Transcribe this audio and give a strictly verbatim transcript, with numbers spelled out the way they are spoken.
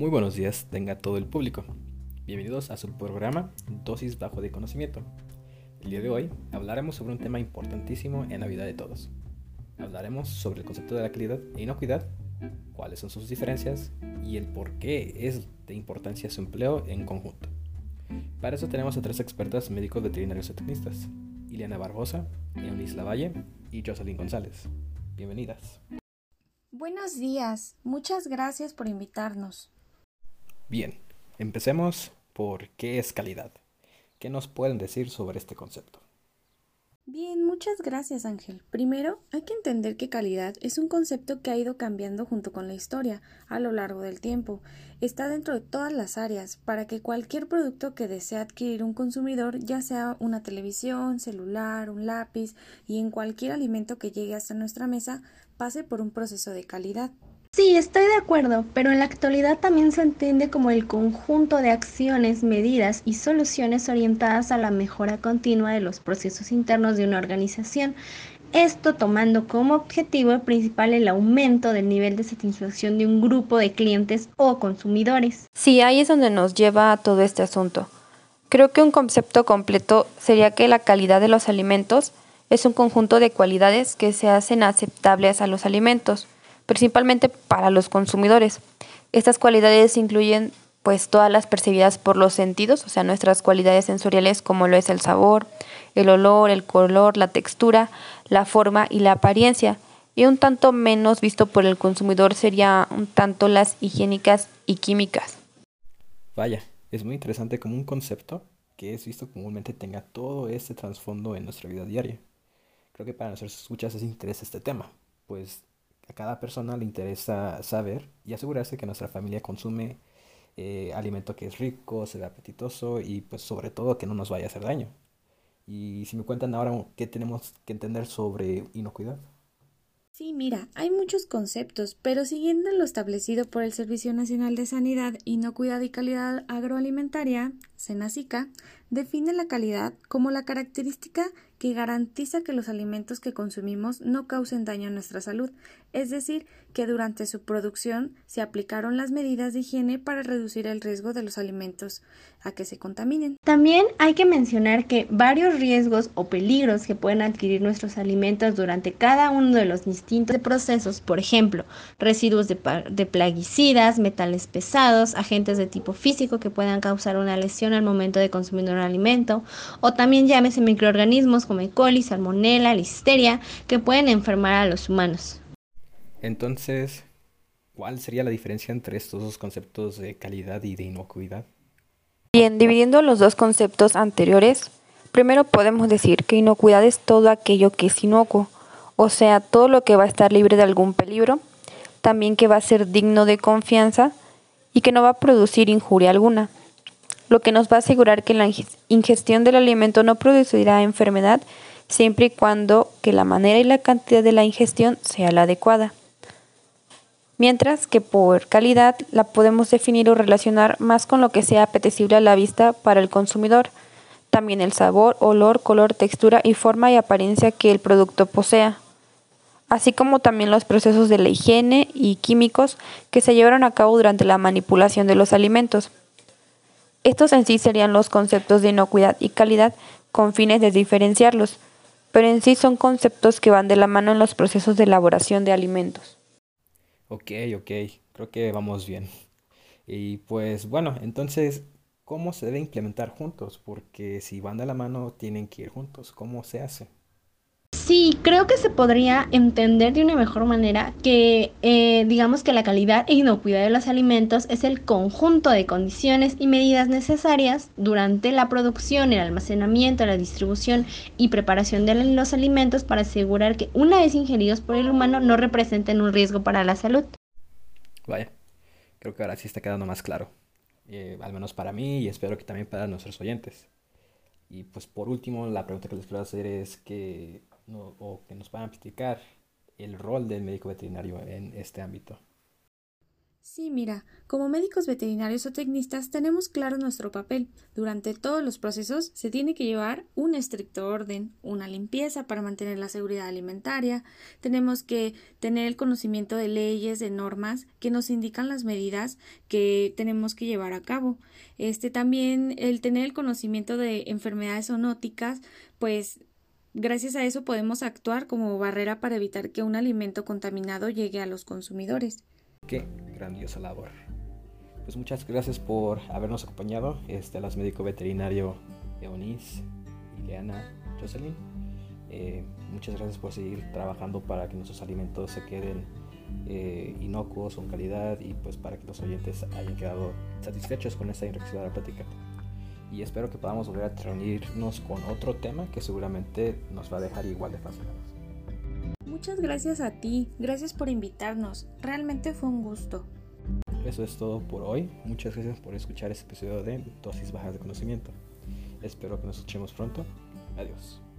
Muy buenos días tenga todo el público. Bienvenidos a su programa Dosis Bajo de Conocimiento. El día de hoy hablaremos sobre un tema importantísimo en la vida de todos. Hablaremos sobre el concepto de la calidad e inocuidad, cuáles son sus diferencias y el por qué es de importancia su empleo en conjunto. Para eso tenemos a tres expertas médicos veterinarios y tecnistas: Ileana Barbosa, Eunice Lavalle y Jocelyn González. Bienvenidas. Buenos días, muchas gracias por invitarnos. Bien, empecemos por ¿qué es calidad? ¿Qué nos pueden decir sobre este concepto? Bien, muchas gracias, Ángel. Primero, hay que entender que calidad es un concepto que ha ido cambiando junto con la historia a lo largo del tiempo. Está dentro de todas las áreas para que cualquier producto que desee adquirir un consumidor, ya sea una televisión, celular, un lápiz y en cualquier alimento que llegue hasta nuestra mesa, pase por un proceso de calidad. Sí, estoy de acuerdo, pero en la actualidad también se entiende como el conjunto de acciones, medidas y soluciones orientadas a la mejora continua de los procesos internos de una organización. Esto tomando como objetivo principal el aumento del nivel de satisfacción de un grupo de clientes o consumidores. Sí, ahí es donde nos lleva todo este asunto. Creo que un concepto completo sería que la calidad de los alimentos es un conjunto de cualidades que se hacen aceptables a los alimentos, principalmente para los consumidores. Estas cualidades incluyen pues todas las percibidas por los sentidos, o sea, nuestras cualidades sensoriales como lo es el sabor, el olor, el color, la textura, la forma y la apariencia. Y un tanto menos visto por el consumidor sería un tanto las higiénicas y químicas. Vaya, es muy interesante como un concepto que es visto comúnmente tenga todo este trasfondo en nuestra vida diaria. Creo que para nuestros escuchas es interés este tema, pues a cada persona le interesa saber y asegurarse que nuestra familia consume eh, alimento que es rico, se ve apetitoso y pues sobre todo que no nos vaya a hacer daño. Y si me cuentan ahora qué tenemos que entender sobre inocuidad. Sí, mira, hay muchos conceptos, pero siguiendo lo establecido por el Servicio Nacional de Sanidad, Inocuidad y Calidad Agroalimentaria, SENASICA, define la calidad como la característica que garantiza que los alimentos que consumimos no causen daño a nuestra salud, es decir, que durante su producción se aplicaron las medidas de higiene para reducir el riesgo de los alimentos a que se contaminen. También hay que mencionar que varios riesgos o peligros que pueden adquirir nuestros alimentos durante cada uno de los distintos procesos, por ejemplo, residuos de, de plaguicidas, metales pesados, agentes de tipo físico que puedan causar una lesión al momento de consumir un alimento, o también llámese microorganismos como E. coli, salmonella, listeria, que pueden enfermar a los humanos. Entonces, ¿cuál sería la diferencia entre estos dos conceptos de calidad y de inocuidad? Bien, dividiendo los dos conceptos anteriores, primero podemos decir que inocuidad es todo aquello que es inocuo, o sea, todo lo que va a estar libre de algún peligro, también que va a ser digno de confianza y que no va a producir injuria alguna, lo que nos va a asegurar que la ingestión del alimento no producirá enfermedad siempre y cuando que la manera y la cantidad de la ingestión sea la adecuada. Mientras que por calidad la podemos definir o relacionar más con lo que sea apetecible a la vista para el consumidor, también el sabor, olor, color, textura y forma y apariencia que el producto posea, así como también los procesos de la higiene y químicos que se llevaron a cabo durante la manipulación de los alimentos. Estos en sí serían los conceptos de inocuidad y calidad con fines de diferenciarlos, pero en sí son conceptos que van de la mano en los procesos de elaboración de alimentos. Ok, ok, creo que vamos bien. Y pues bueno, entonces, ¿cómo se debe implementar juntos? Porque si van de la mano, tienen que ir juntos. ¿Cómo se hace? Sí, creo que se podría entender de una mejor manera que eh, digamos que la calidad e inocuidad de los alimentos es el conjunto de condiciones y medidas necesarias durante la producción, el almacenamiento, la distribución y preparación de los alimentos para asegurar que una vez ingeridos por el humano no representen un riesgo para la salud. Vaya, creo que ahora sí está quedando más claro. Eh, al menos para mí y espero que también para nuestros oyentes. Y pues por último, la pregunta que les quiero hacer es que, no- o que nos puedan explicar el rol del médico veterinario en este ámbito. Sí, mira, como médicos veterinarios o tecnistas tenemos claro nuestro papel. Durante todos los procesos se tiene que llevar un estricto orden, una limpieza para mantener la seguridad alimentaria. Tenemos que tener el conocimiento de leyes, de normas que nos indican las medidas que tenemos que llevar a cabo. Este también el tener el conocimiento de enfermedades zoonóticas, pues gracias a eso podemos actuar como barrera para evitar que un alimento contaminado llegue a los consumidores. Qué grandiosa labor. Pues muchas gracias por habernos acompañado, este, las médico veterinario Eunice, Ileana, Jocelyn. Eh, muchas gracias por seguir trabajando para que nuestros alimentos se queden eh, inocuos, con calidad, y pues para que los oyentes hayan quedado satisfechos con esta enriquecedora plática. Y espero que podamos volver a reunirnos con otro tema que seguramente nos va a dejar igual de fascinados. Muchas gracias a ti, gracias por invitarnos, realmente fue un gusto. Eso es todo por hoy, muchas gracias por escuchar este episodio de Dosis Bajas de Conocimiento. Espero que nos escuchemos pronto, adiós.